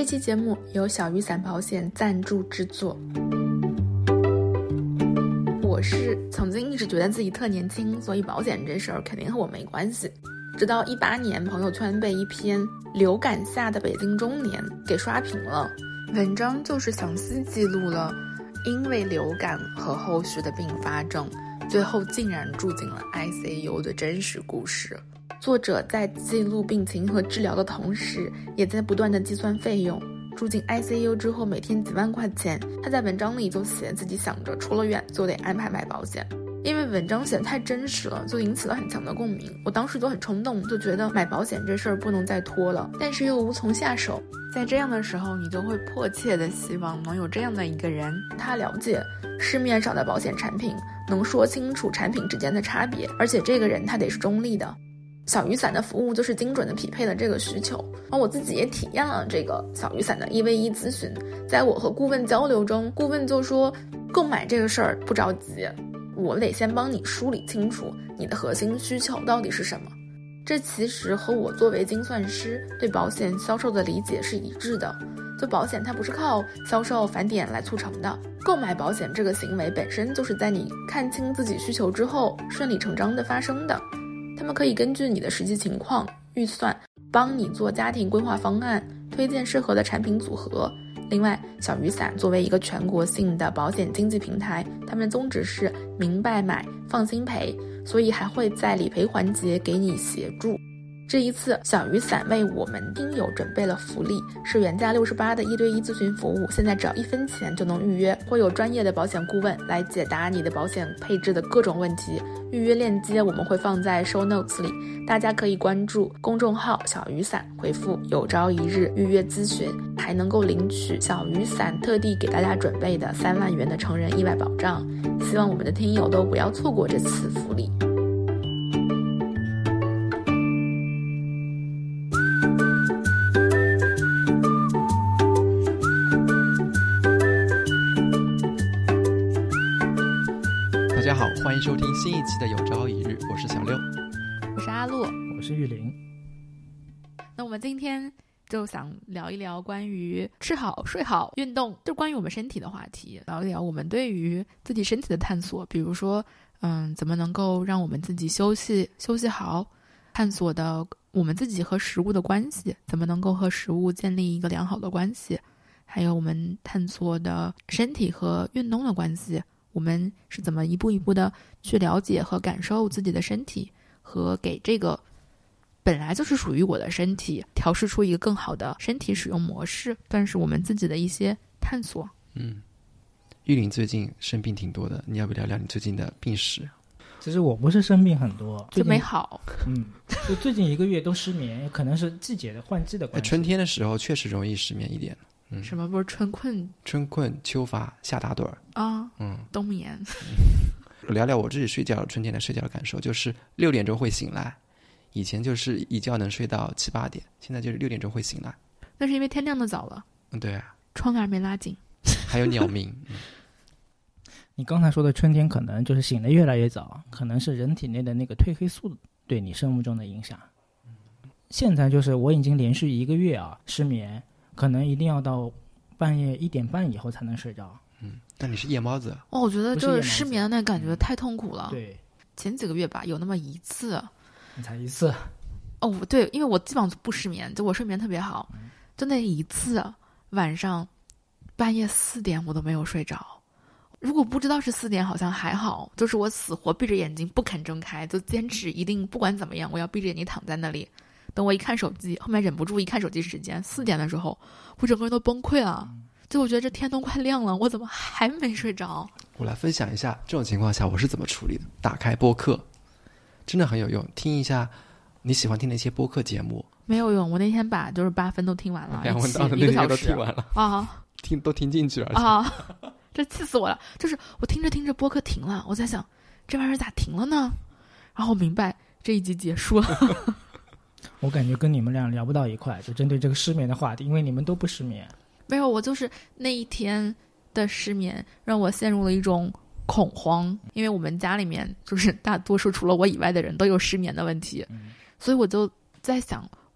期节目由小雨伞保险赞助制作。我是曾经一直觉得自己特年轻，所以保险这事儿肯定和我没关系。直到18年，朋友圈被一篇流感下的北京中年给刷屏了。文章就是详细记录了因为流感和后续的并发症，最后竟然住进了 ICU 的真实故事。作者在记录病情和治疗的同时，也在不断的计算费用。住进 ICU 之后每天几万块钱，他在文章里就写自己想着出了院就得安排买保险。因为文章写得太真实了，就引起了很强的共鸣。我当时就很冲动，就觉得买保险这事儿不能再拖了，但是又无从下手。在这样的时候，你就会迫切的希望能有这样的一个人，他了解市面上的保险产品，能说清楚产品之间的差别，而且这个人他得是中立的。小雨伞的服务就是精准的匹配了这个需求，而我自己也体验了这个小雨伞的1v1咨询。在我和顾问交流中，顾问就说购买这个事儿不着急，我得先帮你梳理清楚你的核心需求到底是什么。这其实和我作为精算师对保险销售的理解是一致的。就保险它不是靠销售返点来促成的，购买保险这个行为本身就是在你看清自己需求之后顺理成章的发生的。他们可以根据你的实际情况预算，帮你做家庭规划方案，推荐适合的产品组合。另外，小雨伞作为一个全国性的保险经纪平台，他们的宗旨是明白买，放心赔，所以还会在理赔环节给你协助。这一次，小雨伞为我们听友准备了福利，是原价68的1对1咨询服务，现在只要1分钱就能预约，会有专业的保险顾问来解答你的保险配置的各种问题。预约链接我们会放在 show notes 里，大家可以关注公众号小雨伞，回复有朝一日预约咨询，还能够领取小雨伞特地给大家准备的3万元的成人意外保障。希望我们的听友都不要错过这次福利。 大家好，欢迎收听新一期的有朝一日，我是小六， 我是阿洛， 我是玉林。 那我们今天就想聊一聊关于吃好睡好运动，就关于我们身体的话题，聊一聊我们对于自己身体的探索，比如说怎么能够让我们自己休息好，探索的我们自己和食物的关系，怎么能够和食物建立一个良好的关系，还有我们探索的身体和运动的关系，我们是怎么一步一步的去了解和感受自己的身体，和给这个本来就是属于我的身体调试出一个更好的身体使用模式，算是我们自己的一些探索。 玉林最近生病挺多的，你要不聊聊你最近的病史？ 其实我不是生病很多， 就没好。 就最近1个月都失眠，可能是季节的换季的关系。 春天的时候确实容易失眠一点。 什么不是春困秋乏夏打盹啊？冬眠。 聊聊我自己春天的睡觉的感受，就是6点钟会醒来，以前就是一觉能睡到7、8点，现在就是6点钟会醒来。 那是因为天亮的早了。 对啊， 窗帘没拉紧， 还有鸟鸣。 你刚才说的春天可能就是醒得越来越早，可能是人体内的那个褪黑素对你生物钟的影响。现在就是我已经连续1个月失眠，可能一定要到半夜1点半以后才能睡着。 那你是夜猫子？ 我觉得就是失眠的那感觉太痛苦了。 对， 前几个月吧，有那么一次。 你才1次？ 对，因为我基本上不失眠，就我睡眠特别好，就那一次晚上半夜4点我都没有睡着。如果不知道是4点好像还好，就是我死活闭着眼睛不肯睁开，就坚持一定不管怎么样我要闭着眼睛躺在那里。等我一看手机，后面忍不住一看手机时间4点的时候，我整个人都崩溃了。就我觉得这天都快亮了，我怎么还没睡着？我来分享一下这种情况下我是怎么处理的。打开播客真的很有用，听一下你喜欢听的一些播客节目。 没有用，我那天把就是8分都听完了 ，2文道的那些都听完了啊， 都听进去了啊，这气死我了！就是我听着听着播客停了，我在想这玩意儿咋停了呢？然后我明白这一集结束了。 我感觉跟你们俩聊不到一块，就针对这个失眠的话题，因为你们都不失眠。 没有，我就是那一天的失眠让我陷入了一种恐慌，因为我们家里面就是大多数除了我以外的人都有失眠的问题，所以我就在想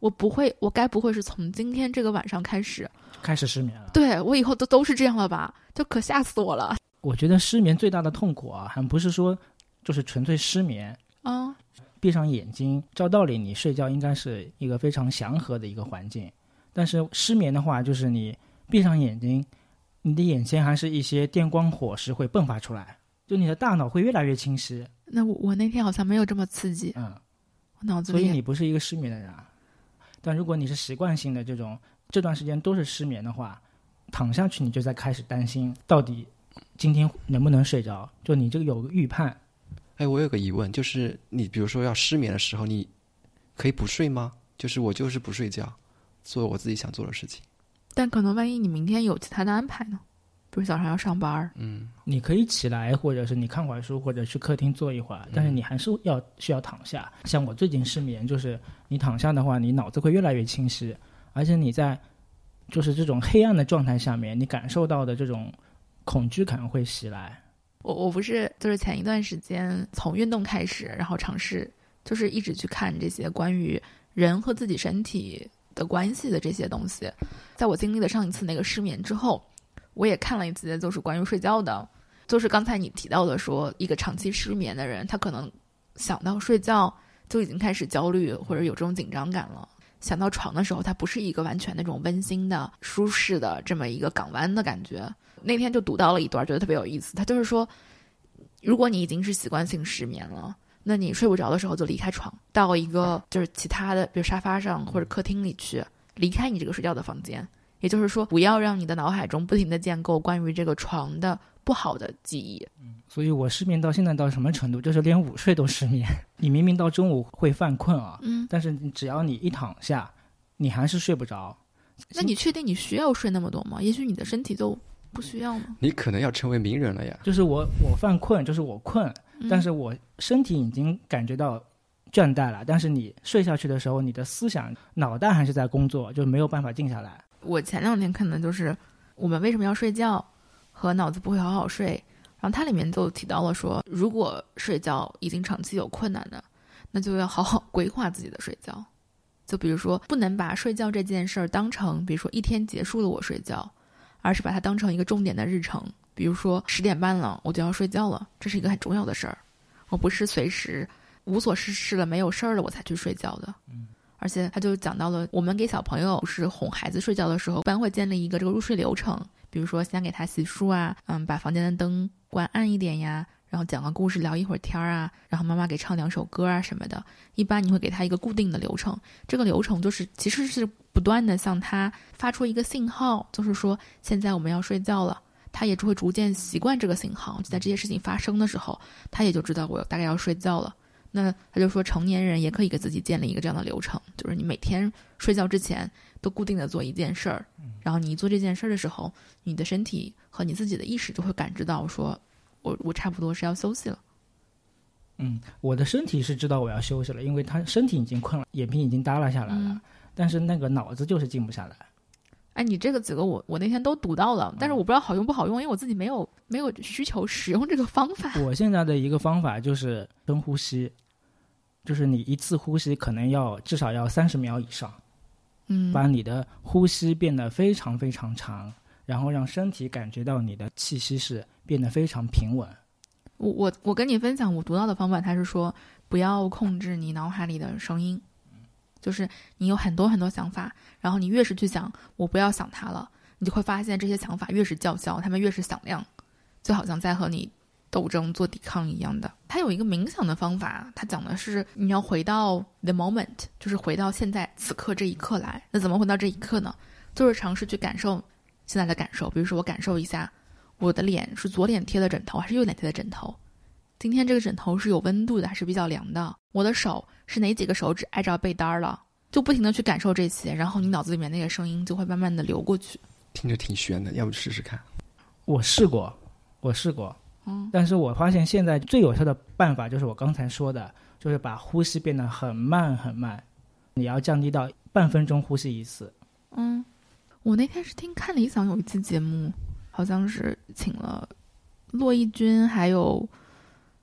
我不会，我该不会是从今天这个晚上开始失眠了？ 对，我以后都是这样了吧？就可吓死我了。 我觉得失眠最大的痛苦啊，还不是说就是纯粹失眠啊。 闭上眼睛，照道理你睡觉应该是一个非常祥和的一个环境，但是失眠的话，就是你闭上眼睛，你的眼前还是一些电光火石会迸发出来，就你的大脑会越来越清晰。 那我那天好像没有这么刺激，我脑子里。 所以你不是一个失眠的人啊。但如果你是习惯性的这段时间都是失眠的话，躺下去你就在开始担心到底今天能不能睡着，就你这个有个预判。 我有个疑问，就是你比如说要失眠的时候，你可以不睡吗？就是我就是不睡觉，做我自己想做的事情。 但可能万一你明天有其他的安排呢？比如早上要上班， 你可以起来，或者是你看会儿书，或者去客厅坐一会儿，但是你还是需要躺下。像我最近失眠，就是你躺下的话，你脑子会越来越清晰，而且你在就是这种黑暗的状态下面，你感受到的这种恐惧感会袭来。 我不是就是前一段时间从运动开始，然后尝试就是一直去看这些关于人和自己身体的关系的这些东西。在我经历了上一次那个失眠之后，我也看了一次就是关于睡觉的，就是刚才你提到的说一个长期失眠的人，他可能想到睡觉就已经开始焦虑或者有这种紧张感了，想到床的时候他不是一个完全那种温馨的舒适的这么一个港湾的感觉。那天就读到了一段觉得特别有意思，他就是说如果你已经是习惯性失眠了，那你睡不着的时候就离开床，到一个就是其他的比如沙发上或者客厅里去，离开你这个睡觉的房间。也就是说不要让你的脑海中不停地建构关于这个床的不好的记忆。 所以我失眠到现在到什么程度，就是连午睡都失眠。你明明到中午会犯困啊，但是只要你一躺下你还是睡不着。 那你确定你需要睡那么多吗？也许你的身体就不需要吗？ 你可能要成为名人了呀。 就是我犯困，就是我困，但是我身体已经感觉到倦怠了，但是你睡下去的时候，你的思想脑袋还是在工作，就没有办法静下来。 我前2天看的就是我们为什么要睡觉和脑子不会好好睡，然后它里面就提到了说，如果睡觉已经长期有困难的，那就要好好规划自己的睡觉。就比如说不能把睡觉这件事儿当成比如说一天结束了我睡觉，而是把它当成一个重点的日程。比如说10点半了我就要睡觉了，这是一个很重要的事儿，我不是随时无所事事了没有事儿了我才去睡觉的。而且他就讲到了我们给小朋友是哄孩子睡觉的时候，一般会建立一个这个入睡流程，比如说先给他洗漱啊，把房间的灯关暗一点呀，然后讲个故事聊一会儿天啊，然后妈妈给唱2首歌啊什么的。一般你会给他一个固定的流程，这个流程就是其实是不断的向他发出一个信号，就是说现在我们要睡觉了，他也就会逐渐习惯这个信号，就在这些事情发生的时候他也就知道我大概要睡觉了。那他就说成年人也可以给自己建立一个这样的流程，就是你每天睡觉之前都固定的做一件事儿，然后你一做这件事儿的时候，你的身体和你自己的意识就会感知到说我差不多是要休息了。 我的身体是知道我要休息了，因为他身体已经困了，眼皮已经耷拉下来了，但是那个脑子就是静不下来。 哎，你这个几个我那天都读到了，但是我不知道好用不好用，因为我自己没有需求使用这个方法。 我现在的一个方法就是深呼吸，就是你一次呼吸可能至少要30秒以上，把你的呼吸变得非常非常长，然后让身体感觉到你的气息是变得非常平稳。 我跟你分享我读到的方法，他是说不要控制你脑海里的声音，就是你有很多很多想法，然后你越是去想我不要想它了，你就会发现这些想法越是叫嚣，他们越是响亮，就好像在和你斗争做抵抗一样的。他有一个冥想的方法，他讲的是你要回到 the moment， 就是回到现在此刻这一刻来。那怎么回到这一刻呢？就是尝试去感受现在的感受，比如说我感受一下我的脸是左脸贴的枕头还是右脸贴的枕头，今天这个枕头是有温度的还是比较凉的，我的手是哪几个手指挨着被单了，就不停的去感受这些，然后你脑子里面那个声音就会慢慢的流过去。 听着挺悬的，要不试试看？ 我试过，但是我发现现在最有效的办法就是我刚才说的，就是把呼吸变得很慢很慢，你要降低到半分钟呼吸一次。 我那天是看理想有一期节目，好像是请了骆以军还有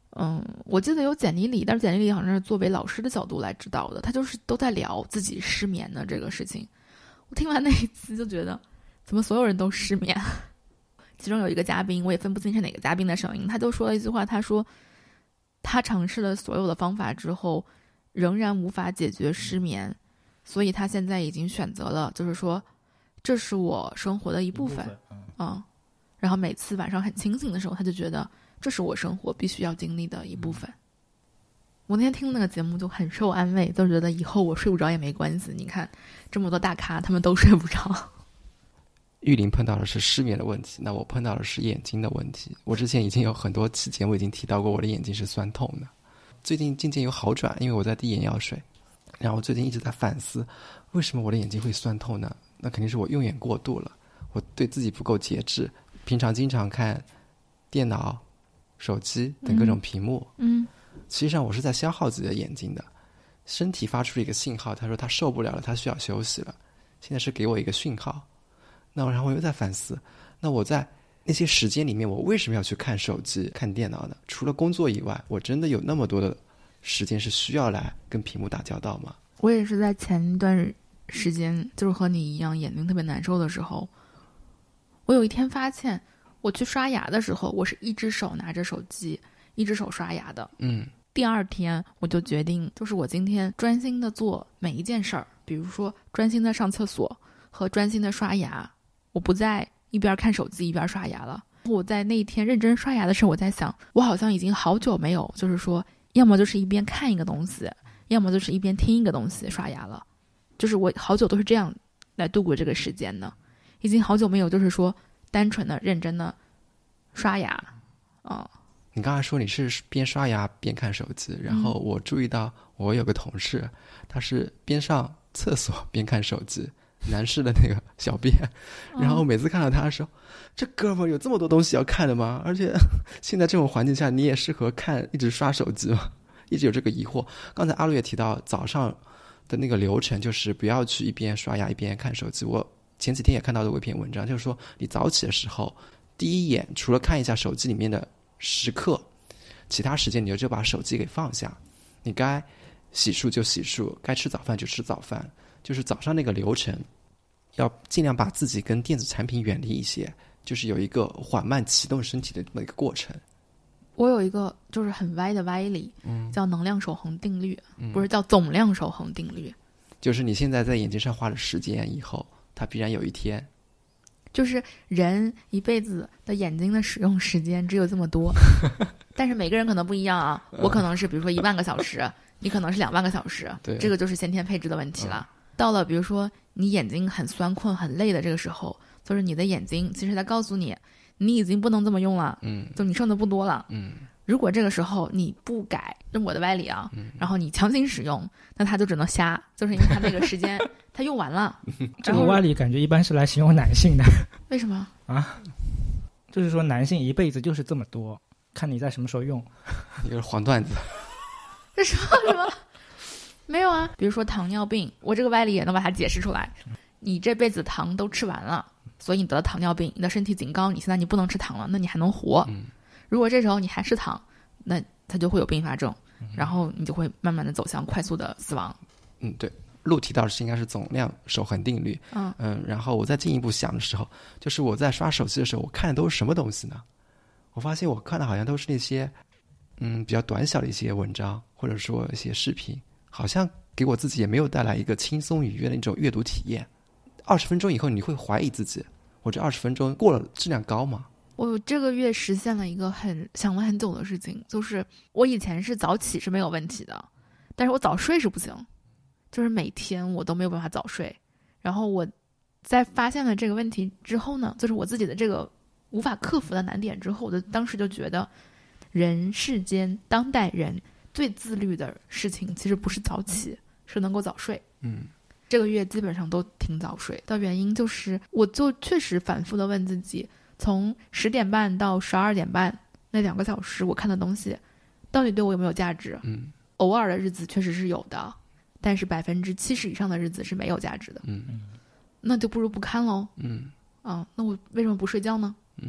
我记得有简历里，但是简历里好像是作为老师的角度来指导的，他就是都在聊自己失眠的这个事情。我听完那一期就觉得，怎么所有人都失眠？其中有一个嘉宾，我也分不清是哪个嘉宾的声音，他就说了一句话，他说他尝试了所有的方法之后，仍然无法解决失眠，所以他现在已经选择了，就是说这是我生活的一部分。然后每次晚上很清醒的时候，他就觉得这是我生活必须要经历的一部分。我那天听那个节目就很受安慰，就觉得以后我睡不着也没关系，你看这么多大咖他们都睡不着。 玉林碰到的是失眠的问题，那我碰到的是眼睛的问题。我之前已经有很多期节目已经提到过我的眼睛是酸痛的，最近渐渐有好转，因为我在滴眼药水。然后我最近一直在反思，为什么我的眼睛会酸痛呢？那肯定是我用眼过度了，我对自己不够节制，平常经常看电脑、手机等各种屏幕。实际上我是在消耗自己的眼睛的，身体发出一个信号，他说他受不了了，他需要休息了，现在是给我一个讯号。那然后我又在反思，那我在那些时间里面，我为什么要去看手机、看电脑呢？除了工作以外，我真的有那么多的时间是需要来跟屏幕打交道吗？ 我也是在前一段时间，就是和你一样眼睛特别难受的时候，我有一天发现，我去刷牙的时候，我是一只手拿着手机，一只手刷牙的。第二天我就决定，就是我今天专心的做每一件事儿，比如说专心的上厕所和专心的刷牙，我不再一边看手机一边刷牙了。我在那一天认真刷牙的时候，我在想，我好像已经好久没有，就是说，要么就是一边看一个东西，要么就是一边听一个东西刷牙了。就是我好久都是这样来度过这个时间的，已经好久没有就是说单纯的认真的刷牙。 你刚才说你是边刷牙边看手机，然后我注意到我有个同事，他是边上厕所边看手机，男士的那个小便，然后每次看到他的时候，这哥们儿有这么多东西要看的吗？而且现在这种环境下，你也适合看一直刷手机吗？一直有这个疑惑。刚才阿路也提到早上的那个流程，就是不要去一边刷牙一边看手机。我前几天也看到过一篇文章，就是说你早起的时候，第一眼除了看一下手机里面的时刻，其他时间你就把手机给放下，你该洗漱就洗漱，该吃早饭就吃早饭。就是早上那个流程要尽量把自己跟电子产品远离一些，就是有一个缓慢启动身体的那个过程。 我有一个就是很歪的歪理，叫能量守恒定律，不是叫总量守恒定律。 就是你现在在眼睛上花了时间以后，它必然有一天， 就是人一辈子的眼睛的使用时间只有这么多，但是每个人可能不一样啊。我可能是比如说1万个小时，你可能是2万个小时，这个就是先天配置的问题了。到了比如说你眼睛很酸困很累的这个时候，就是你的眼睛其实在告诉你，你已经不能这么用了，就你剩的不多了。如果这个时候你不改，这我的歪理啊，然后你强行使用，那它就只能瞎，就是因为它那个时间它用完了。 这个歪理感觉一般是来形容男性的。 为什么啊？就是说男性一辈子就是这么多，看你在什么时候用。 一个黄段子。 这什么？没有啊。比如说糖尿病，我这个歪理也能把它解释出来。你这辈子糖都吃完了，所以你得了糖尿病，你的身体警告你现在你不能吃糖了，那你还能活。如果这时候你还吃糖，那它就会有并发症，然后你就会慢慢的走向快速的死亡。 对，陆提到的是应该是总量守恒定律。然后我再进一步想的时候，就是我在刷手机的时候，我看的都是什么东西呢？我发现我看的好像都是那些比较短小的一些文章，或者说一些视频，好像给我自己也没有带来一个轻松愉悦的一种阅读体验。20分钟以后你会怀疑自己，我这20分钟过了质量高吗？ 我这个月实现了一个想了很久的事情，就是我以前是早起是没有问题的，但是我早睡是不行，就是每天我都没有办法早睡。然后我在发现了这个问题之后呢，就是我自己的这个无法克服的难点之后，我当时就觉得人世间当代人最自律的事情其实不是早起，是能够早睡。这个月基本上都挺早睡的原因就是我就确实反复的问自己，从10点半到12点半那2个小时我看的东西到底对我有没有价值。偶尔的日子确实是有的，但是70%以上的日子是没有价值的。那就不如不看喽。那我为什么不睡觉呢？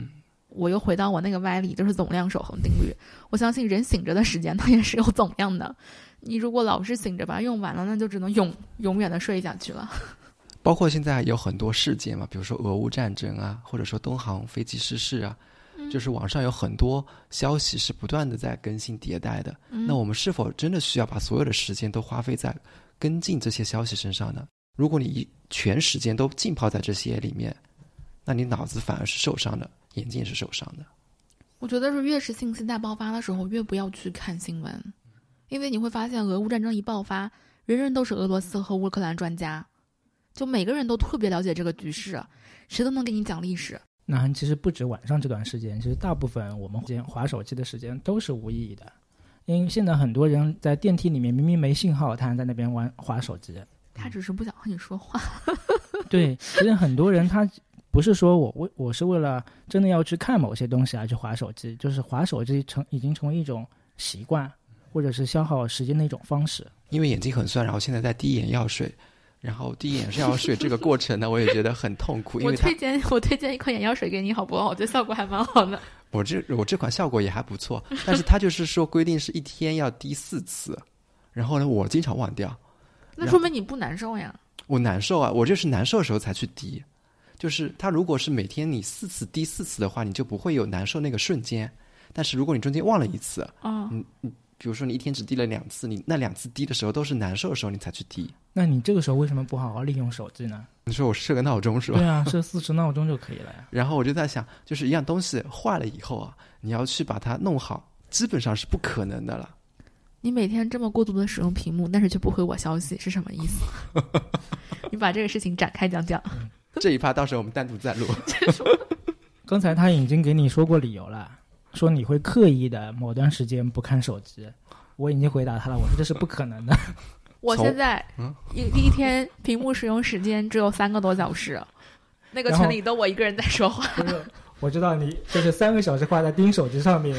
我又回到我那个歪理，就是总量守恒定律。我相信人醒着的时间它也是有总量的，你如果老是醒着把它用完了，那就只能永远的睡下去了。 包括现在有很多事件嘛，比如说俄乌战争啊，或者说东航飞机失事啊，就是网上有很多消息是不断的在更新迭代的。那我们是否真的需要把所有的时间都花费在跟进这些消息身上呢？如果你全时间都浸泡在这些里面，那你脑子反而是受伤的，眼睛也是受伤的。 我觉得是越是信息大爆发的时候，越不要去看新闻，因为你会发现俄乌战争一爆发，人人都是俄罗斯和乌克兰专家，就每个人都特别了解这个局势，谁都能给你讲历史。 那其实不止晚上这段时间，其实大部分我们滑手机的时间都是无意义的，因为现在很多人在电梯里面明明没信号，他还在那边滑手机。 他只是不想和你说话。 对，其实很多人他不是说我是为了真的要去看某些东西而去滑手机，就是滑手机已经成为一种习惯，或者是消耗时间的一种方式。 因为眼睛很酸，然后现在在滴眼药水，然后滴眼药水这个过程呢，我也觉得很痛苦。因为我推荐一款眼药水给你好不好？我觉得效果还蛮好的。 我这款效果也还不错，但是它就是说规定是一天要滴4次，然后呢我经常忘掉。 那说明你不难受呀？ 我难受啊，我就是难受的时候才去滴。就是它如果是每天你滴4次的话，你就不会有难受那个瞬间。但是如果你中间忘了一次，比如说你一天只滴了2次，你那2次滴的时候都是难受的时候你才去滴。 那你这个时候为什么不好好利用手机呢？ 你说我设个闹钟是吧？ 对啊，设40闹钟就可以了呀。 然后我就在想，就是一样东西坏了以后啊，你要去把它弄好，基本上是不可能的了。 你每天这么过度的使用屏幕，但是却不回我消息，是什么意思？你把这个事情展开讲讲。 这一趴到时候我们单独再录。 刚才他已经给你说过理由了，说你会刻意的某段时间不看手机。我已经回答他了，我说这是不可能的。 我现在一天屏幕使用时间只有3个多小时，那个群里都我一个人在说话。 我知道你就是3个小时花在盯手机上面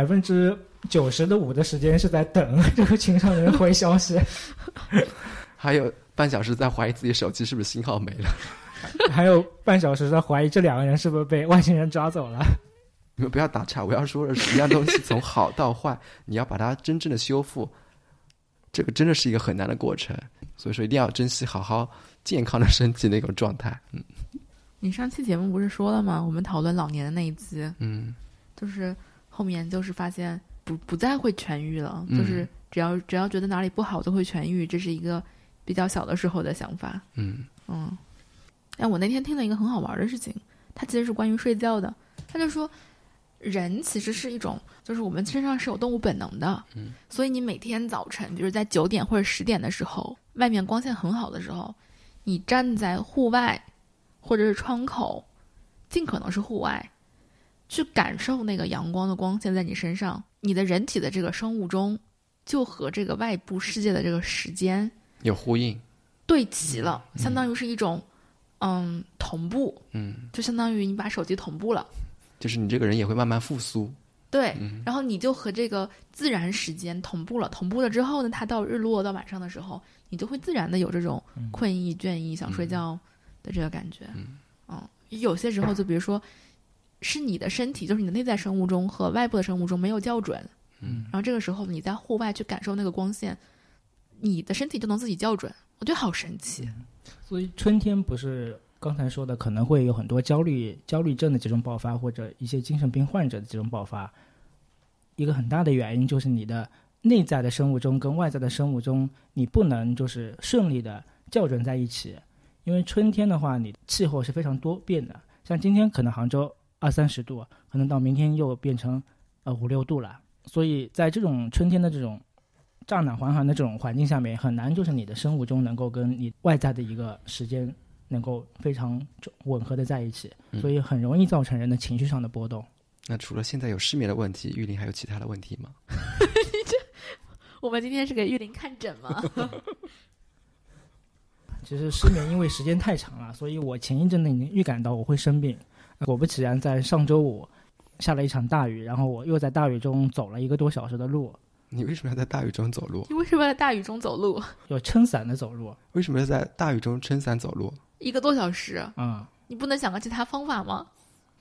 ，95%的时间是在等这个群上的人回消息， 还有半小时在怀疑自己手机是不是信号没了， 还有半小时在怀疑这2个人是不是被外星人抓走了。 你们不要打岔，我要说的是一样东西从好到坏，你要把它真正的修复，这个真的是一个很难的过程，所以说一定要珍惜好好健康的身体那种状态。 你上期节目不是说了吗？我们讨论老年的那一集，就是后面就是发现不再会痊愈了，就是只要觉得哪里不好都会痊愈，这是一个比较小的时候的想法。我那天听了一个很好玩的事情，它其实是关于睡觉的。他就说人其实是一种，就是我们身上是有动物本能的，所以你每天早晨比如在9点或者10点的时候，外面光线很好的时候，你站在户外或者是窗口，尽可能是户外，去感受那个阳光的光线在你身上，你的人体的这个生物钟就和这个外部世界的这个时间有呼应， 对齐了，相当于是一种同步，就相当于你把手机同步了， 就是你这个人也会慢慢复苏。 对，然后你就和这个自然时间同步了，同步了之后呢，它到日落到晚上的时候，你就会自然的有这种困意、倦意、想睡觉的这个感觉。有些时候就比如说是你的身体，就是你的内在生物钟和外部的生物钟没有校准，然后这个时候你在户外去感受那个光线，你的身体就能自己校准，我觉得好神奇。 所以春天不是刚才说的可能会有很多焦虑症的这种爆发，或者一些精神病患者的这种爆发，一个很大的原因就是你的内在的生物钟跟外在的生物钟你不能就是顺利的校准在一起。因为春天的话你气候是非常多变的，像今天可能杭州20-30度，可能到明天又变成5-6度了，所以在这种春天的这种乍暖还寒的这种环境下面，很难就是你的生物钟能够跟你外在的一个时间能够非常吻合的在一起，所以很容易造成人的情绪上的波动。 那除了现在有失眠的问题，玉林还有其他的问题吗？ 我们今天是给玉林看诊吗？ 其实失眠因为时间太长了，所以我前一阵子已经预感到我会生病。果不其然，在上周五下了一场大雨，然后我又在大雨中走了1个多小时的路。 你为什么要在大雨中走路？ 你为什么要在大雨中走路？ 有撑伞的走路。 为什么要在大雨中撑伞走路？ 1个多小时，你不能想个其他方法吗？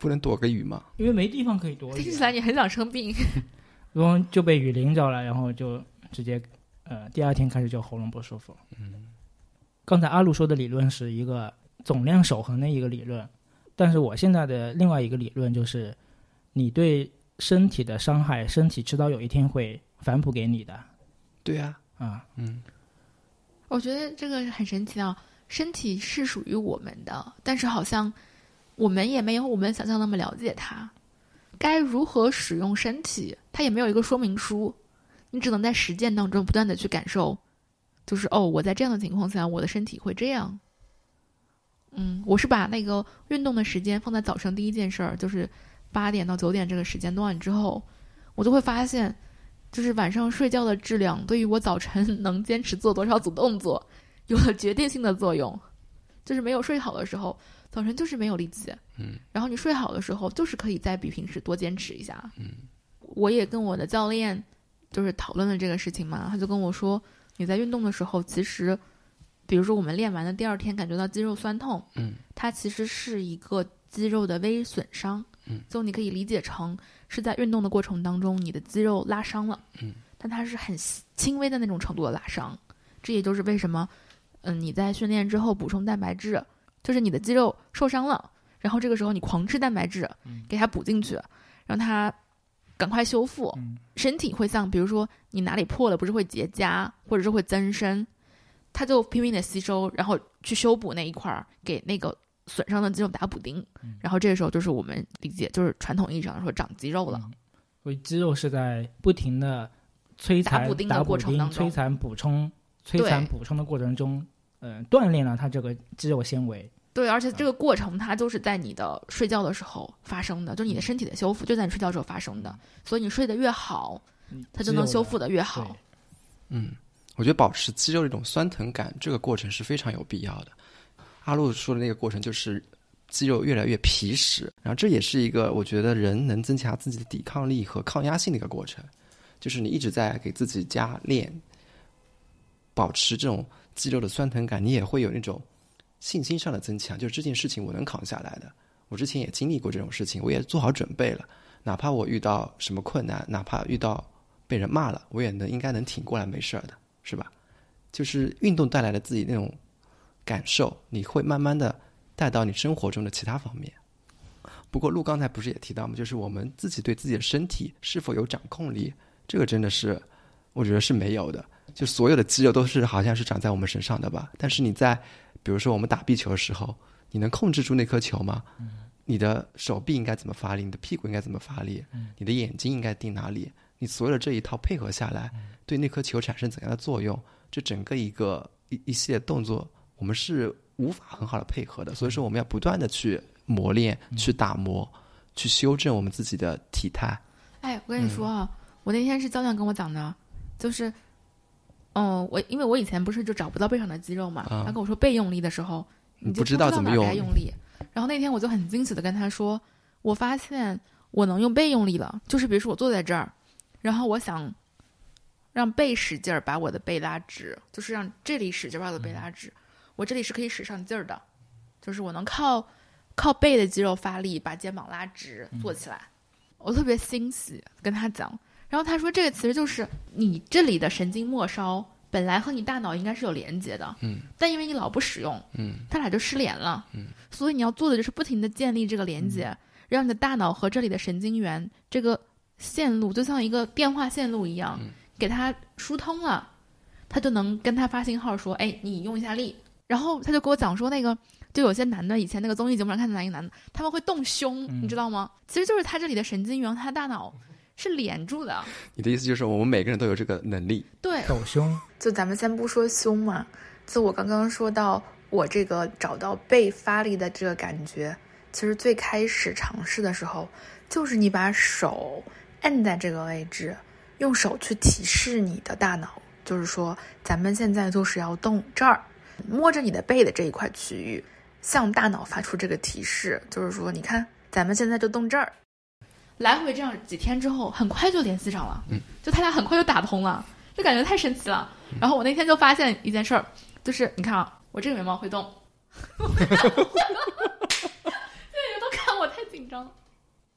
不能躲个雨吗？ 因为没地方可以躲雨。 听起来你很想生病。 然后就被雨淋着了，然后就直接第二天开始就喉咙不舒服。刚才阿路说的理论是一个总量守恒的一个理论，但是我现在的另外一个理论就是，你对身体的伤害，身体迟早有一天会反哺给你的。 对啊， 我觉得这个很神奇啊，身体是属于我们的，但是好像我们也没有我们想象那么了解它。该如何使用身体，它也没有一个说明书，你只能在实践当中不断的去感受，就是我在这样的情况下，我的身体会这样。我是把那个运动的时间放在早上第一件事儿，就是8点到9点这个时间段之后，我就会发现，就是晚上睡觉的质量对于我早晨能坚持做多少组动作有了决定性的作用。就是没有睡好的时候，早晨就是没有力气，然后你睡好的时候，就是可以再比平时多坚持一下。我也跟我的教练就是讨论了这个事情嘛，他就跟我说，你在运动的时候，其实比如说我们练完的第二天感觉到肌肉酸痛，它其实是一个肌肉的微损伤，就你可以理解成是在运动的过程当中你的肌肉拉伤了，但它是很轻微的那种程度的拉伤。这也就是为什么你在训练之后补充蛋白质，就是你的肌肉受伤了，然后这个时候你狂吃蛋白质，给它补进去，让它赶快修复。身体会像比如说你哪里破了不是会结痂或者是会增生，它就拼命的吸收，然后去修补那一块，给那个损伤的肌肉打补丁。然后这个时候就是我们理解就是传统意义上说长肌肉了。 所以肌肉是在不停的摧残打补丁的过程当中， 摧残补充的过程中，锻炼了它这个肌肉纤维。 对，而且这个过程它就是在你的睡觉的时候发生的，就是你的身体的修复就在你睡觉的时候发生的，所以你睡得越好，它就能修复得越好。 我觉得保持肌肉这种酸疼感，这个过程是非常有必要的。阿路说的那个过程就是肌肉越来越皮实，然后这也是一个我觉得人能增强自己的抵抗力和抗压性的一个过程，就是你一直在给自己加练，保持这种肌肉的酸疼感，你也会有那种信心上的增强，就是这件事情我能扛下来的。我之前也经历过这种事情，我也做好准备了，哪怕我遇到什么困难，哪怕遇到被人骂了，我也应该能挺过来，没事的，是吧？就是运动带来的自己那种感受，你会慢慢的带到你生活中的其他方面。不过陆刚才不是也提到吗？就是我们自己对自己的身体是否有掌控力，这个真的是我觉得是没有的。就所有的肌肉都是好像是长在我们身上的吧，但是你在比如说我们打壁球的时候，你能控制住那颗球吗？你的手臂应该怎么发力，你的屁股应该怎么发力，你的眼睛应该定哪里，你所有的这一套配合下来，对那颗球产生怎样的作用，这整个一系列动作我们是无法很好的配合的。所以说我们要不断的去磨练，去打磨，去修正我们自己的体态。 我跟你说啊，我那天是教练跟我讲的，就是因为我以前不是就找不到背上的肌肉嘛，他跟我说背用力的时候你就不知道怎么用力，然后那天我就很惊喜的跟他说，我发现我能用背用力了，就是比如说我坐在这儿，然后我想让背使劲儿把我的背拉直，就是让这里使劲把我的背拉直，我这里是可以使上劲儿的，就是我能靠背的肌肉发力把肩膀拉直坐起来。我特别欣喜跟他讲，然后他说这个其实就是你这里的神经末梢本来和你大脑应该是有连接的，但因为你老不使用，它俩就失联了，所以你要做的就是不停的建立这个连接，让你的大脑和这里的神经元这个线路就像一个电话线路一样，给它疏通了，它就能跟它发信号说，哎，你用一下力。然后他就跟我讲说，那个就有些男的以前那个综艺节目上看到一个男的，他们会动胸，你知道吗？其实就是他这里的神经元，他大脑是连住的。 你的意思就是我们每个人都有这个能力？ 对， 抖胸。 就咱们先不说胸嘛，就我刚刚说到我这个找到背发力的这个感觉，其实最开始尝试的时候，就是你把手按在这个位置，用手去提示你的大脑，就是说咱们现在就是要动这儿，摸着你的背的这一块区域，向大脑发出这个提示，就是说你看咱们现在就动这儿。来回这样几天之后，很快就联系上了，就他俩很快就打通了，就感觉太神奇了。然后我那天就发现一件事儿，就是你看啊，我这个眉毛会动，对，都看我太紧张了。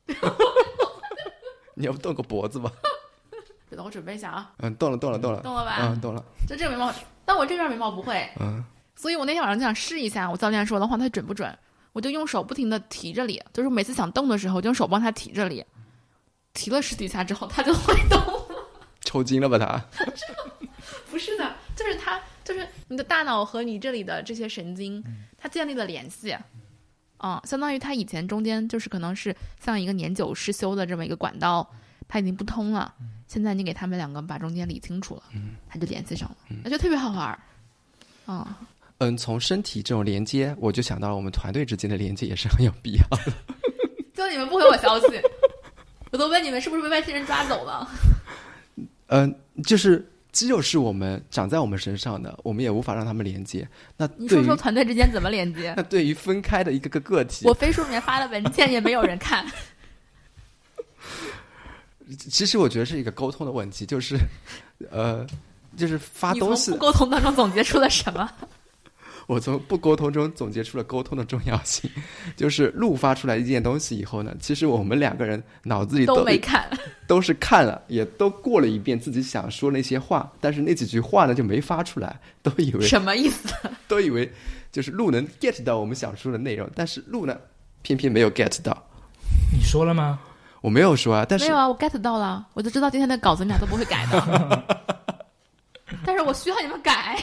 你要不动个脖子吧？ 等我准备一下啊。 动了吧？动了。 就这个眉毛，但我这边眉毛不会。所以我那天晚上就想试一下，我教练说的话它准不准，我就用手不停的提这里，就是每次想动的时候，就用手帮他提这里，提了10几下之后，他就会动了。 抽筋了吧他？ 不是的，就是你的大脑和你这里的这些神经，它建立了联系。相当于它以前中间就是可能是像一个年久失修的这么一个管道，它已经不通了。现在你给他们两个把中间理清楚了，它就联系上了，那就特别好玩。 从身体这种连接，我就想到了我们团队之间的连接也是很有必要的。 就你们不回我消息，我都问你们是不是被外星人抓走了。 就是肌肉是我们长在我们身上的，我们也无法让他们连接。那你说说团队之间怎么连接？ 那对于分开的一个个体， 我飞书里面发的文件也没有人看。 其实我觉得是一个沟通的问题，就是发东西。 你从不沟通当中总结出了什么？ 我从不沟通中总结出了沟通的重要性，就是陆发出来一件东西以后呢，其实我们2个人脑子里都没看， 都是看了，也都过了一遍自己想说那些话，但是那几句话呢就没发出来，都以为什么意思？ 都以为就是陆能 get 到我们想说的内容，但是陆呢偏偏没有 get 到。 你说了吗？ 我没有说啊，但是没有啊，我 get 到了，我就知道今天的稿子你俩都不会改的，但是我需要你们改。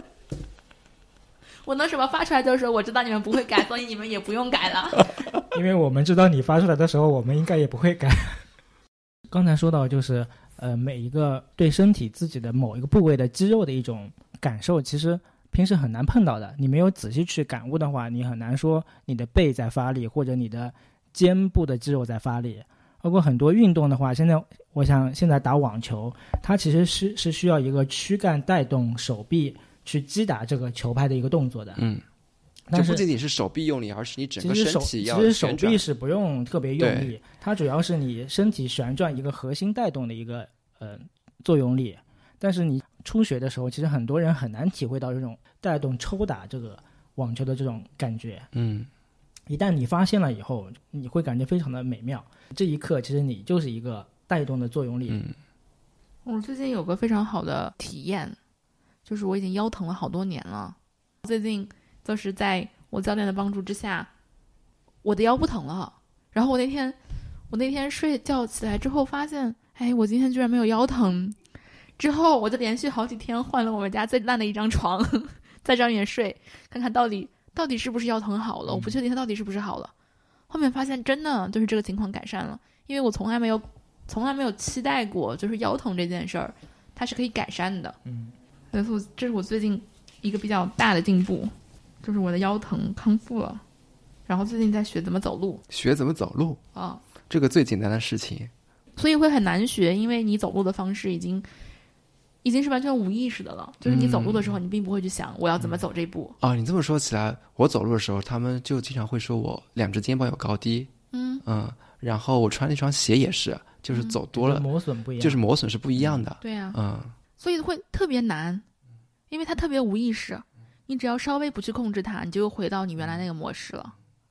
我能什么发出来就是我知道你们不会改，所以你们也不用改了。 因为我们知道你发出来的时候，我们应该也不会改。刚才说到就是每一个对身体自己的某一个部位的肌肉的一种感受，其实平时很难碰到的。你没有仔细去感悟的话，你很难说你的背在发力，或者你的肩部的肌肉在发力。包括很多运动的话，我想现在打网球，它其实是需要一个躯干带动手臂去击打这个球拍的一个动作的。 就不仅仅是手臂用力，而是你整个身体要其实手臂是不用特别用力，它主要是你身体旋转一个核心带动的一个作用力。但是你初学的时候，其实很多人很难体会到这种带动抽打这个网球的这种感觉。一旦你发现了以后，你会感觉非常的美妙。这一刻其实你就是一个带动的作用力。 我最近有个非常好的体验，就是我已经腰疼了好多年了，最近就是在我教练的帮助之下，我的腰不疼了。然后我那天睡觉起来之后发现，我今天居然没有腰疼。之后我就连续好几天换了我们家最烂的一张床，在上面睡，看看到底是不是腰疼好了。我不确定它到底是不是好了。后面发现真的就是这个情况改善了，因为我从来没有期待过，就是腰疼这件事儿，它是可以改善的。所以这是我最近一个比较大的进步，就是我的腰疼康复了。然后最近在学怎么走路。 这个最简单的事情， 所以会很难学，因为你走路的方式已经是完全无意识的了。就是你走路的时候，你并不会去想我要怎么走这步。 你这么说起来，我走路的时候，他们就经常会说我2只肩膀有高低。然后我穿那双鞋也是，就是走多了， 磨损不一样， 就是磨损是不一样的。 对啊。所以会特别难，因为它特别无意识，你只要稍微不去控制它，你就又回到你原来那个模式了。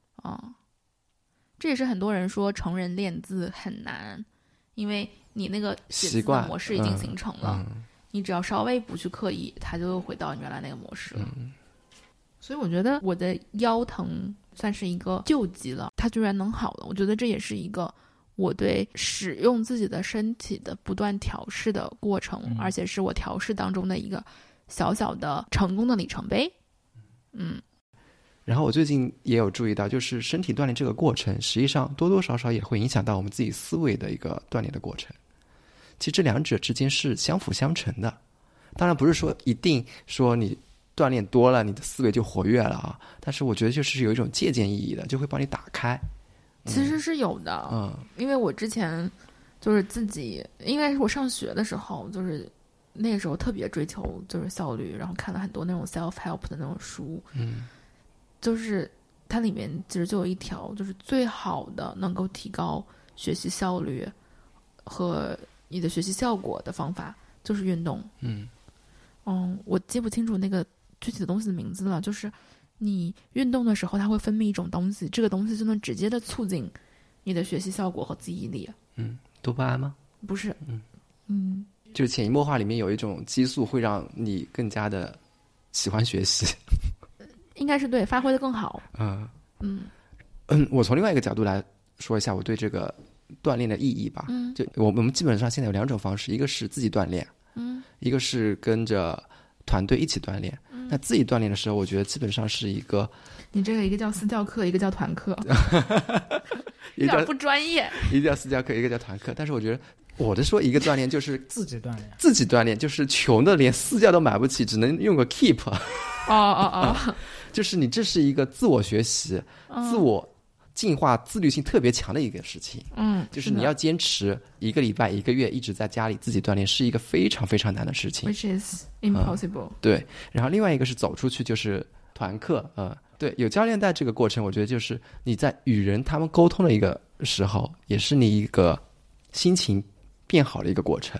这也是很多人说成人练字很难，因为你那个写字的模式已经形成了，你只要稍微不去刻意，它就又回到你原来那个模式了。所以我觉得我的腰疼算是一个救急了，它居然能好了。我觉得这也是一个我对使用自己的身体的不断调试的过程，而且是我调试当中的一个小小的成功的里程碑。 然后我最近也有注意到，就是身体锻炼这个过程，实际上多多少少也会影响到我们自己思维的一个锻炼的过程。其实这2者之间是相辅相成的，当然不是说一定说你锻炼多了你的思维就活跃了啊，但是我觉得就是有一种借鉴意义的，就会帮你打开。 其实是有的。因为我之前就是自己，应该是我上学的时候，就是那个时候特别追求就是效率，然后看了很多那种 self help 的那种书。就是它里面其实就有一条，就是最好的能够提高学习效率和你的学习效果的方法就是运动。我记不清楚那个具体的东西的名字了，就是你运动的时候它会分泌一种东西，这个东西就能直接的促进你的学习效果和记忆力。 多巴胺吗？ 不是， 就是潜移默化里面有一种激素会让你更加的喜欢学习。 应该是对，发挥的更好。 我从另外一个角度来说一下我对这个锻炼的意义吧。就我们基本上现在有2种方式，一个是自己锻炼，一个是跟着团队一起锻炼。那自己锻炼的时候，我觉得基本上是一个， 你这个一个叫私教课，一个叫团课，有点不专业。 一个叫私教课，一个叫团课。但是我觉得我的说一个锻炼就是自己锻炼， 就是穷的连私教都买不起，只能用个 Keep。就是你这是一个自我学习、自我进化、自律性特别强的一个事情。就是你要坚持1个礼拜、1个月一直在家里自己锻炼，是一个非常非常难的事情。 Which is impossible。 对，然后另外一个是走出去，就是团课。对，有教练带这个过程，我觉得就是你在与人他们沟通的一个时候，也是你一个心情变好的一个过程。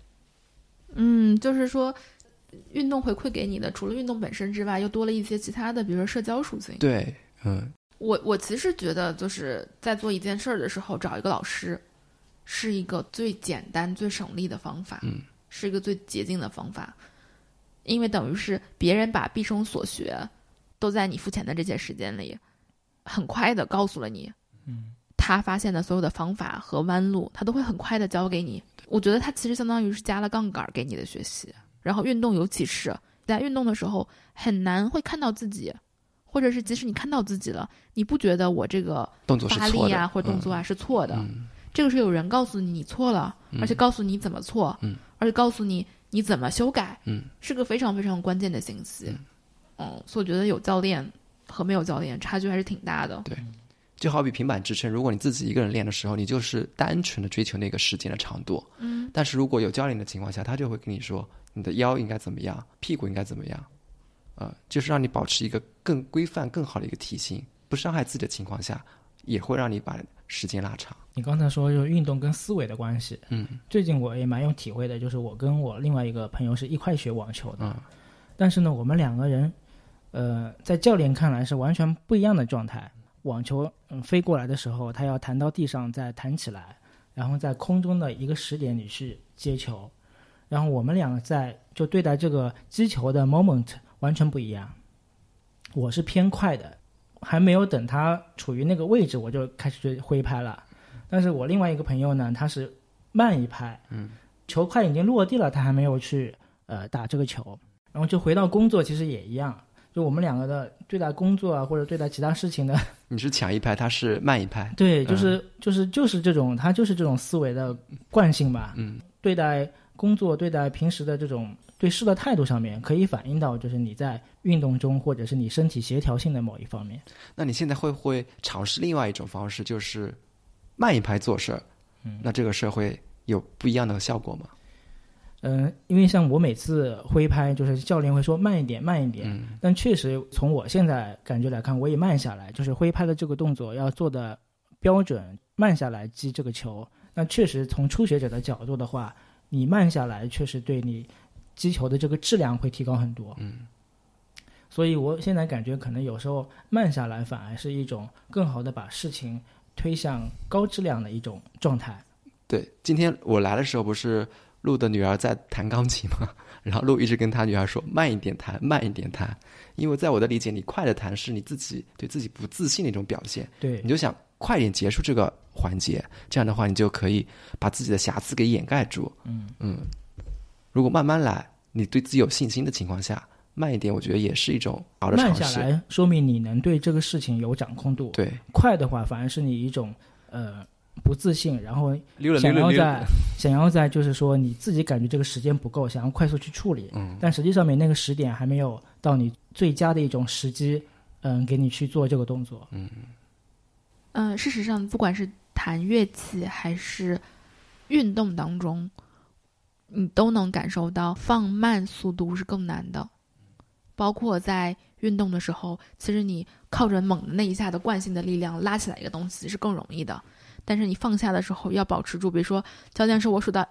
就是说运动回馈给你的，除了运动本身之外，又多了一些其他的，比如说社交属性。 对， 我其实觉得就是在做一件事儿的时候，找一个老师是一个最简单、最省力的方法，是一个最捷径的方法，因为等于是别人把毕生所学都在你付钱的这些时间里，很快的告诉了你，他发现的所有的方法和弯路，他都会很快的教给你。我觉得他其实相当于是加了杠杆给你的学习。然后运动尤其是在运动的时候，很难会看到自己，或者是即使你看到自己了，你不觉得我这个动作是错的， 发力啊或者动作啊是错的。这个是有人告诉你错了，而且告诉你怎么错，而且告诉你你怎么修改，是个非常非常关键的信息。所以我觉得有教练和没有教练差距还是挺大的。 对，就好比平板支撑，如果你自己一个人练的时候，你就是单纯的追求那个时间的长度。但是如果有教练的情况下，他就会跟你说你的腰应该怎么样，屁股应该怎么样，就是让你保持一个更规范、更好的一个体型，不伤害自己的情况下，也会让你把时间拉长。 你刚才说就是运动跟思维的关系，最近我也蛮有体会的，就是我跟我另外一个朋友是一块学网球的，但是呢，我们2个人，在教练看来是完全不一样的状态。网球飞过来的时候，他要弹到地上再弹起来，然后在空中的一个时点里去接球。然后我们2个就对待这个击球的 moment 完全不一样。我是偏快的，还没有等他处于那个位置，我就开始挥拍了。但是我另外一个朋友呢，他是慢一拍，球快已经落地了，他还没有去打这个球。然后就回到工作，其实也一样，就我们2个的对待工作啊，或者对待其他事情的， 你是抢一拍，他是慢一拍。 对，就是这种，他就是这种思维的惯性吧。对待工作、对待平时的这种对事的态度上面，可以反映到就是你在运动中或者是你身体协调性的某一方面。 那你现在会不会尝试另外一种方式，就是慢一拍做事儿？那这个事儿会有不一样的效果吗？ 因为像我每次挥拍，就是教练会说慢一点，慢一点。但确实从我现在感觉来看，我也慢下来，就是挥拍的这个动作要做的标准，慢下来击这个球。那确实从初学者的角度的话，你慢下来确实对你击球的这个质量会提高很多。所以我现在感觉可能有时候慢下来反而是一种更好的把事情推向高质量的一种状态。 对，今天我来的时候不是陆的女儿在弹钢琴吗？然后陆一直跟他女儿说慢一点弹，慢一点弹，因为在我的理解，你快的弹是你自己对自己不自信的一种表现。 对， 你就想快点结束这个环节，这样的话你就可以把自己的瑕疵给掩盖住。如果慢慢来，你对自己有信心的情况下，慢一点，我觉得也是一种好的尝试。 慢下来，说明你能对这个事情有掌控度。 对， 快的话，反而是你一种不自信，然后想要在就是说你自己感觉这个时间不够，想要快速去处理。但实际上面那个时点还没有到你最佳的一种时机，给你去做这个动作。 事实上，不管是弹乐器还是运动当中，你都能感受到放慢速度是更难的。包括在运动的时候，其实你靠着猛的那一下的惯性的力量拉起来一个东西是更容易的，但是你放下的时候要保持住，比如说教练说我数到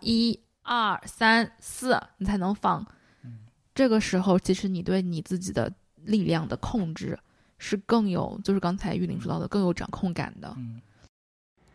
1、2、3、4你才能放，这个时候其实你对你自己的力量的控制是更有，就是刚才玉玲说到的更有掌控感的。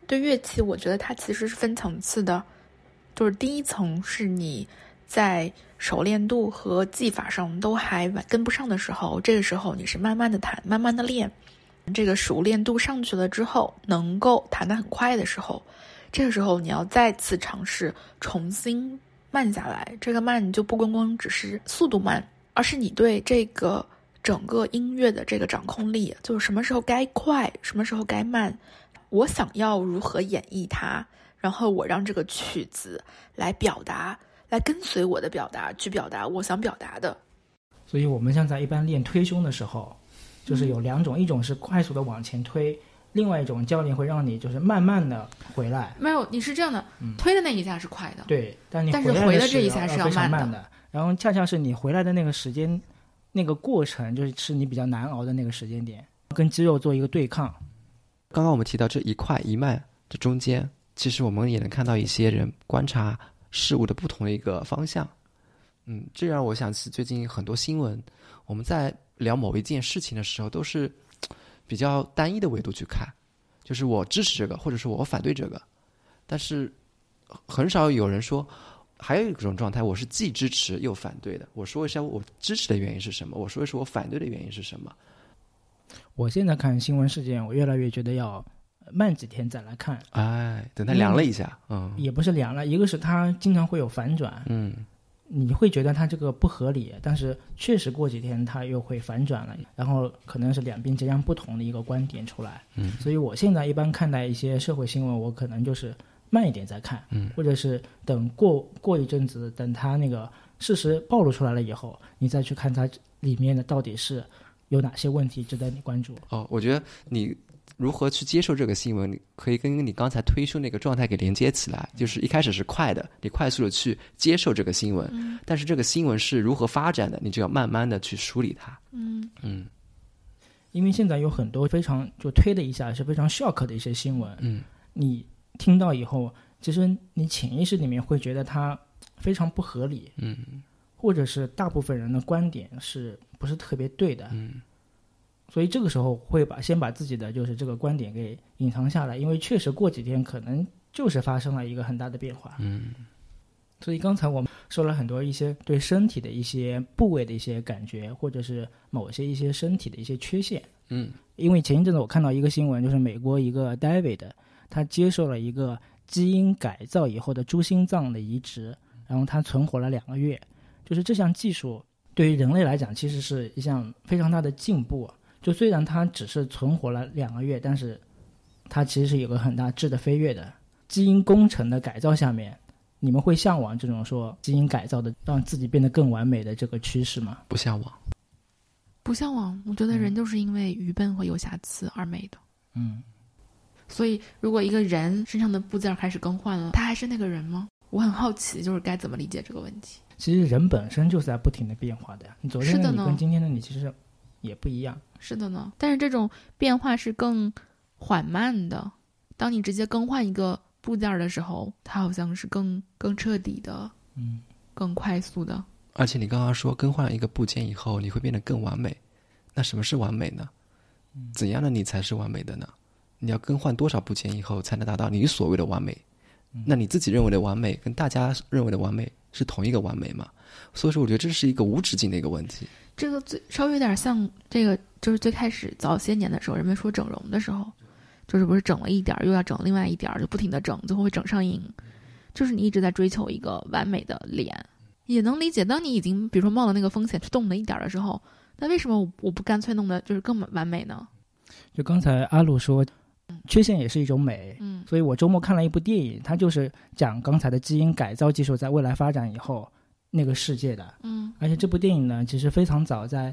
对乐器，我觉得它其实是分层次的，就是第一层是你在熟练度和技法上都还跟不上的时候，这个时候你是慢慢的弹，慢慢的练，这个熟练度上去了之后，能够弹得很快的时候，这个时候你要再次尝试重新慢下来。这个慢就不光光只是速度慢，而是你对这个整个音乐的这个掌控力，就是什么时候该快，什么时候该慢，我想要如何演绎它，然后我让这个曲子来表达，来跟随我的表达去表达我想表达的。 所以我们像在一般练推胸的时候，就是有两种，一种是快速的往前推，另外一种教练会让你就是慢慢的回来。 没有，你是这样的，推的那一下是快的， 对，但你是回的这一下是要慢的。然后恰恰是你回来的那个时间，那个过程就是你比较难熬的那个时间点，跟肌肉做一个对抗。 刚刚我们提到这一快一慢这中间，其实我们也能看到一些人观察事物的不同的一个方向。这让我想起最近很多新闻，我们在聊某一件事情的时候都是比较单一的维度去看，就是我支持这个或者是我反对这个，但是很少有人说还有一种状态，我是既支持又反对的。我说一下我支持的原因是什么，我说一下我反对的原因是什么。 我现在看新闻事件，我越来越觉得要慢几天再来看。 等它凉了一下， 也不是凉了，一个是它经常会有反转，你会觉得它这个不合理，但是确实过几天它又会反转了，然后可能是两边截然不同的一个观点出来。所以我现在一般看待一些社会新闻，我可能就是慢一点再看，或者是等过一阵子，等它那个事实暴露出来了以后，你再去看它里面的到底是有哪些问题值得你关注。 我觉得你如何去接受这个新闻，可以跟你刚才推出那个状态给连接起来，就是一开始是快的，你快速的去接受这个新闻，但是这个新闻是如何发展的，你就要慢慢的去梳理它。 因为现在有很多非常就推的一下是非常 shock 的一些新闻，你听到以后，其实你潜意识里面会觉得它非常不合理，或者是大部分人的观点是不是特别对的，所以这个时候会先把自己的就是这个观点给隐藏下来，因为确实过几天可能就是发生了一个很大的变化。所以刚才我们说了很多一些对身体的一些部位的一些感觉，或者是某些一些身体的一些缺陷。因为前一阵子我看到一个新闻，就是美国一个 David， 他接受了一个基因改造以后的猪心脏的移植，然后他存活了2个月。就是这项技术对于人类来讲其实是一项非常大的进步，就虽然它只是存活了2个月，但是它其实是有个很大质的飞跃的。基因工程的改造下面，你们会向往这种说基因改造的让自己变得更完美的这个趋势吗？ 不向往， 不向往。我觉得人就是因为愚笨和有瑕疵而美的。所以如果一个人身上的部件开始更换了，他还是那个人吗？我很好奇，就是该怎么理解这个问题。 其实人本身就是在不停的变化的，你昨天的你跟今天的你其实也不一样。 是的呢，但是这种变化是更缓慢的。当你直接更换一个部件的时候，它好像是更彻底的，更快速的。 而且你刚刚说更换一个部件以后你会变得更完美，那什么是完美呢？怎样的你才是完美的呢？你要更换多少部件以后才能达到你所谓的完美？那你自己认为的完美跟大家认为的完美是同一个完美吗？所以说我觉得这是一个无止境的一个问题。 这个稍微有点像这个，就是最开始早些年的时候人们说整容的时候，就是不是整了一点又要整另外一点，就不停的整，最后会整上瘾。就是你一直在追求一个完美的脸。也能理解，当你已经比如说冒了那个风险去动了一点的时候，那为什么我不干脆弄的就是更完美呢？ 就刚才阿鲁说缺陷也是一种美，所以我周末看了一部电影，它就是讲刚才的基因改造技术在未来发展以后那个世界的，而且这部电影呢其实非常早，在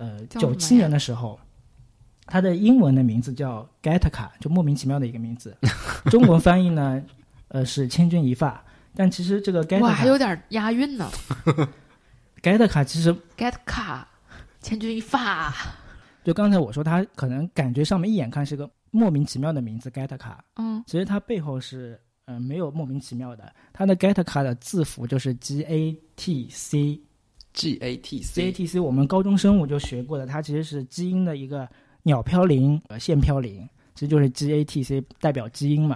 97年的时候，它的英文的名字叫 Gattaca， 就莫名其妙的一个名字，中文翻译呢是千钧一发，但其实这个 Gattaca 哇还有点押韵呢 Gattaca 其实 Gattaca 千钧一发， 就刚才我说它可能感觉上面一眼看是个莫名其妙的名字 Gattaca，其实它背后是没有莫名其妙的，它的 Gattaca 的字符就是 GATC， 我们高中生物就学过的，它其实是基因的一个鸟嘌呤线嘌呤，其实就是 GATC 代表基因嘛。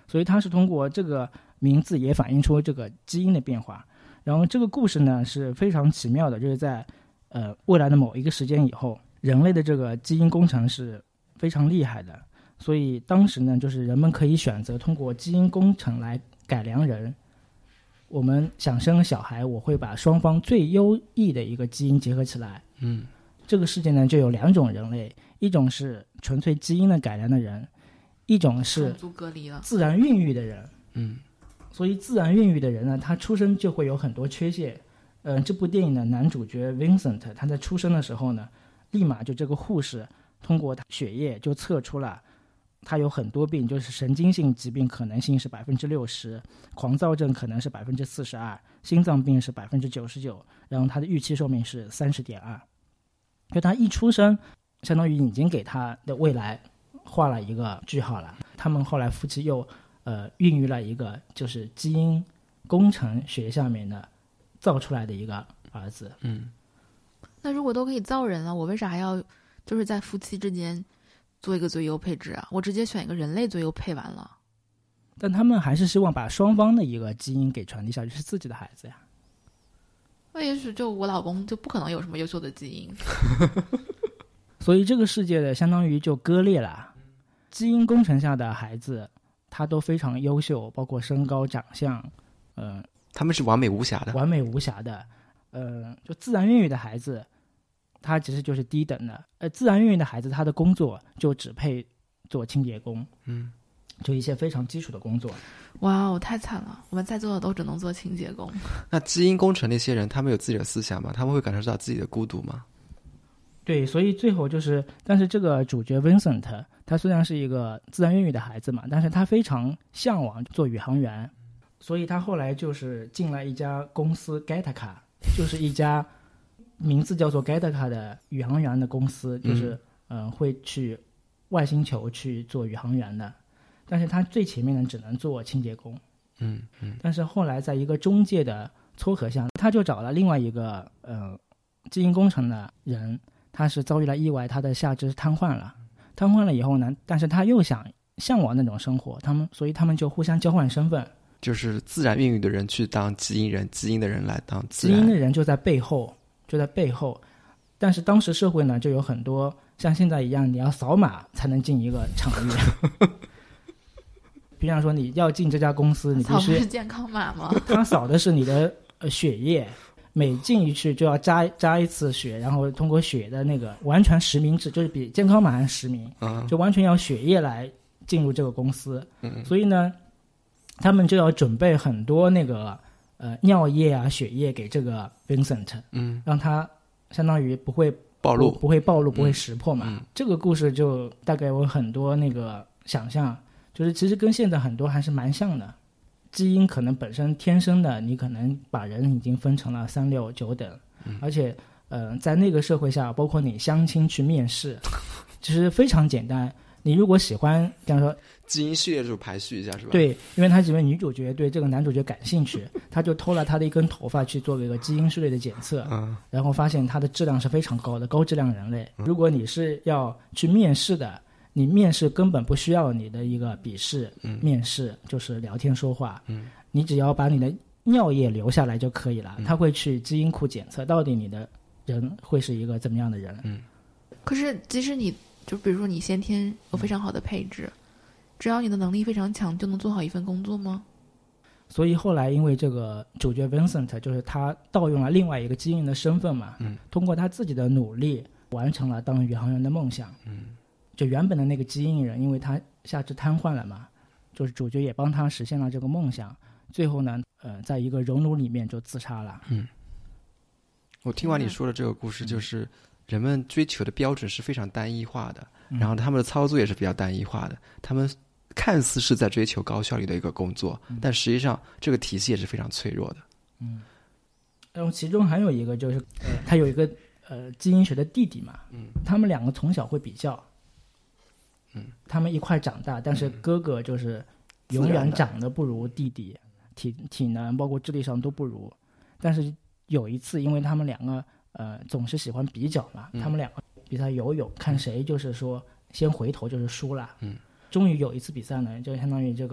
所以它是通过这个名字也反映出这个基因的变化。然后这个故事呢是非常奇妙的，就是在未来的某一个时间以后，人类的这个基因工程是非常厉害的，所以当时呢就是人们可以选择通过基因工程来改良人。我们想生小孩，我会把双方最优异的一个基因结合起来。这个世界呢就有两种人类，一种是纯粹基因的改良的人，一种是种族隔离了自然孕育的人。所以自然孕育的人呢，他出生就会有很多缺陷。这部电影的男主角 Vincent 他在出生的时候呢，立马就这个护士通过他血液就测出了他有很多病，就是神经性疾病可能性是60%，狂躁症可能是42%，心脏病是99%，然后他的预期寿命是30.2。就他一出生，相当于已经给他的未来画了一个句号了。他们后来夫妻又孕育了一个就是基因工程学下面的造出来的一个儿子。 那如果都可以造人了，我为啥还要就是在夫妻之间做一个最优配置啊？我直接选一个人类最优配完了。 但他们还是希望把双方的一个基因给传递下去，是自己的孩子呀。 那也许就我老公就不可能有什么优秀的基因。 所以这个世界的相当于就割裂了。基因工程下的孩子他都非常优秀，包括身高长相， 他们是完美无瑕的。 完美无瑕的。就自然孕育的孩子他其实就是低等的。自然孕育的孩子他的工作就只配做清洁工，就一些非常基础的工作。 哇哦，太惨了，我们在座的都只能做清洁工。 那基因工程那些人他们有自己的思想吗？他们会感受到自己的孤独吗？ 对，所以最后就是，但是这个主角 Vincent 他虽然是一个自然孕育的孩子嘛，但是他非常向往做宇航员，所以他后来就是进了一家公司 Gattaca， 就是一家名字叫做 Gattaca 的宇航员的公司，就是会去外星球去做宇航员的。但是他最前面呢只能做清洁工。但是后来在一个中介的撮合下，他就找了另外一个基因工程的人，他是遭遇了意外，他的下肢瘫痪了。瘫痪了以后呢，但是他又向往那种生活，所以他们就互相交换身份， 就是自然孕育的人去当基因人，基因的人来当自然。 基因的人就在背后。但是当时社会呢就有很多像现在一样，你要扫码才能进一个厂业。比方说你要进这家公司，你必须扫的是健康码吗？ 他扫的是你的血液，每进一去就要扎一次血，然后通过血的那个完全实名制，就是比健康码还实名，就完全要血液来进入这个公司。所以呢，他们就要准备很多那个尿液啊、血液给这个 Vincent，让他相当于不会暴露，不会识破嘛。这个故事就大概有很多那个想象，就是其实跟现在很多还是蛮像的。基因可能本身天生的，你可能把人已经分成了3、6、9等，而且在那个社会下，包括你相亲去面试，其实非常简单。你如果喜欢，比方说基因序列就排序一下是吧？ 对，因为他几位女主角对这个男主角感兴趣，他就偷了他的一根头发去做了一个基因序列的检测，然后发现他的质量是非常高的，高质量人类。如果你是要去面试的，你面试根本不需要你的一个笔试，面试就是聊天说话，你只要把你的尿液留下来就可以了，他会去基因库检测到底你的人会是一个怎么样的人。 可是即使你就比如说你先天有非常好的配置，只要你的能力非常强，就能做好一份工作吗？ 所以后来因为这个主角 Vincent 就是他盗用了另外一个基因的身份嘛，通过他自己的努力完成了当宇航员的梦想。就原本的那个基因人，因为他下肢瘫痪了嘛，就是主角也帮他实现了这个梦想。最后呢，在一个熔炉里面就自杀了。 我听完你说的这个故事，就是人们追求的标准是非常单一化的，然后他们的操作也是比较单一化的。他们看似是在追求高效率的一个工作，但实际上这个体系也是非常脆弱的。 然后其中还有一个就是，他有一个基因学的弟弟嘛，他们两个从小会比较。他们一块长大，但是哥哥就是永远长得不如弟弟，体能包括智力上都不如。但是有一次，因为他们两个总是喜欢比较嘛，他们两个比赛游泳，看谁就是说先回头就是输了。终于有一次比赛呢，就相当于这个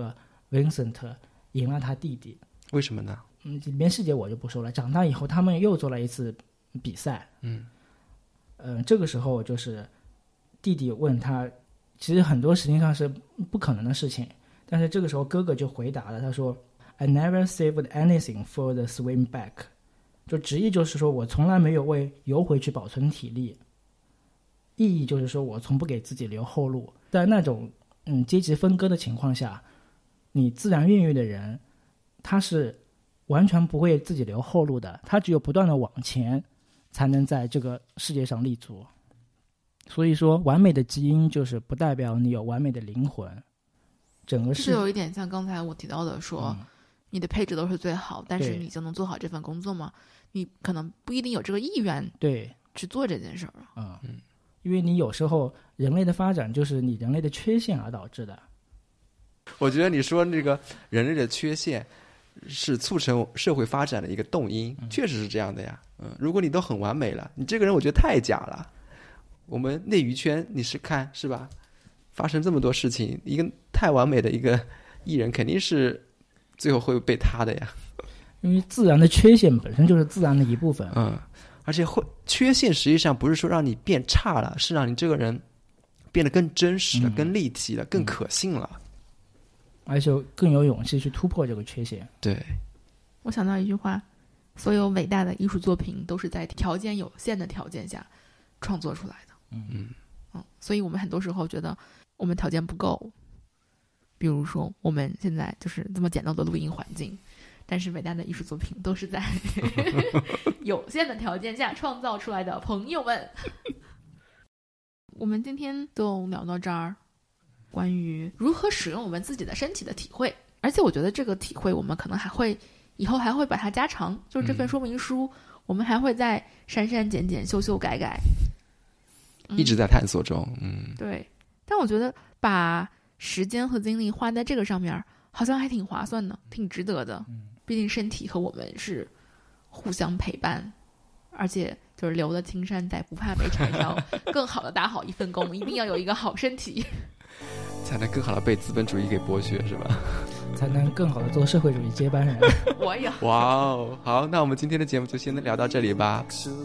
Vincent 赢了他弟弟。 为什么呢？ 里面细节我就不说了。长大以后，他们又做了一次比赛。这个时候就是弟弟问他，其实很多实际上是不可能的事情，但是这个时候哥哥就回答了，他说 I never saved anything for the swim back， 就直译就是说我从来没有为游回去保存体力，意义就是说我从不给自己留后路。在那种阶级分割的情况下，你自然孕育的人他是完全不会自己留后路的，他只有不断的往前才能在这个世界上立足。所以说完美的基因就是不代表你有完美的灵魂。整个是有一点像刚才我提到的说，你的配置都是最好，但是你就能做好这份工作吗？你可能不一定有这个意愿对去做这件事儿。 因为你有时候人类的发展就是你人类的缺陷而导致的。 我觉得你说那个人类的缺陷是促成社会发展的一个动因，确实是这样的呀。如果你都很完美了，你这个人我觉得太假了。我们内娱圈你是看是吧？发生这么多事情，一个太完美的一个艺人肯定是最后会被塌的呀。 因为自然的缺陷本身就是自然的一部分。 而且缺陷实际上不是说让你变差了，是让你这个人变得更真实了、更立体了、更可信了， 而且更有勇气去突破这个缺陷。 对， 我想到一句话，所有伟大的艺术作品都是在条件有限的条件下创作出来的。所以我们很多时候觉得我们条件不够，比如说我们现在就是这么简陋的录音环境，但是伟大的艺术作品都是在有限的条件下创造出来的，朋友们。我们今天就聊到这儿，关于如何使用我们自己的身体的体会。而且我觉得这个体会我们可能以后还会把它加长，就是这份说明书我们还会再删删减减修修改改， 一直在探索中。 对。但我觉得把时间和精力花在这个上面好像还挺划算的，挺值得的。毕竟身体和我们是互相陪伴，而且就是留得青山在，不怕没柴烧。更好的打好一份工，一定要有一个好身体， 才能更好的被资本主义给剥削，是吧？ 才能更好的做社会主义接班人。 我有。 哇哦，好，那我们今天的节目就先聊到这里吧。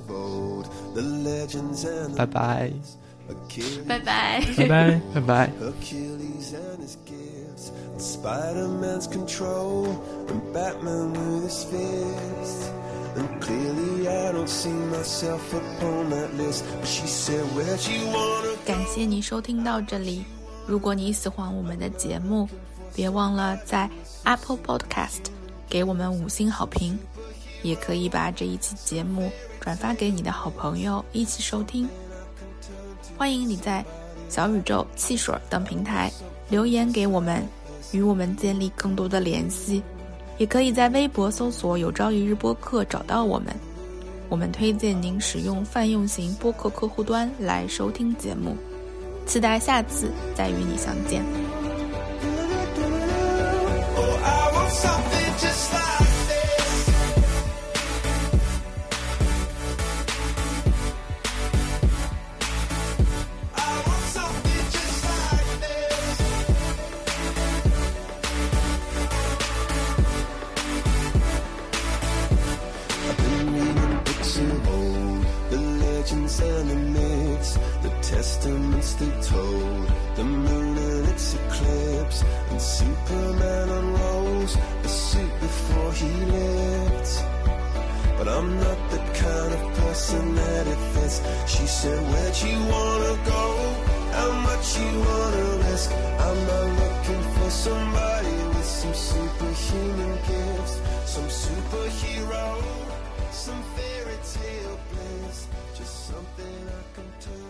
拜拜。 拜拜。 拜拜。 拜拜。 Spider-Man's control and Batman with his fist, and clearly I don't see myself upon that list. But she said, where'd you wanna go? 感谢你收听到这里，如果你喜欢我们的节目，别忘了在 Apple Podcast 给我们5星好评，也可以把这一期节目转发给你的好朋友一起收听。欢迎你在小宇宙、汽水等平台留言给我们，与我们建立更多的联系，也可以在微博搜索有朝一日播客找到我们。我们推荐您使用泛用型播客客户端来收听节目，期待下次再与你相见。 And the myths, the testaments they told, the moon and its eclipse, and Superman unrolls the suit before he lived. But I'm not the kind of person that it fits. She said, where'd you wanna go? How much you wanna risk? I'm not looking for somebody with some superhuman gifts, some superhero, some fairy tale bliss, just something I can turn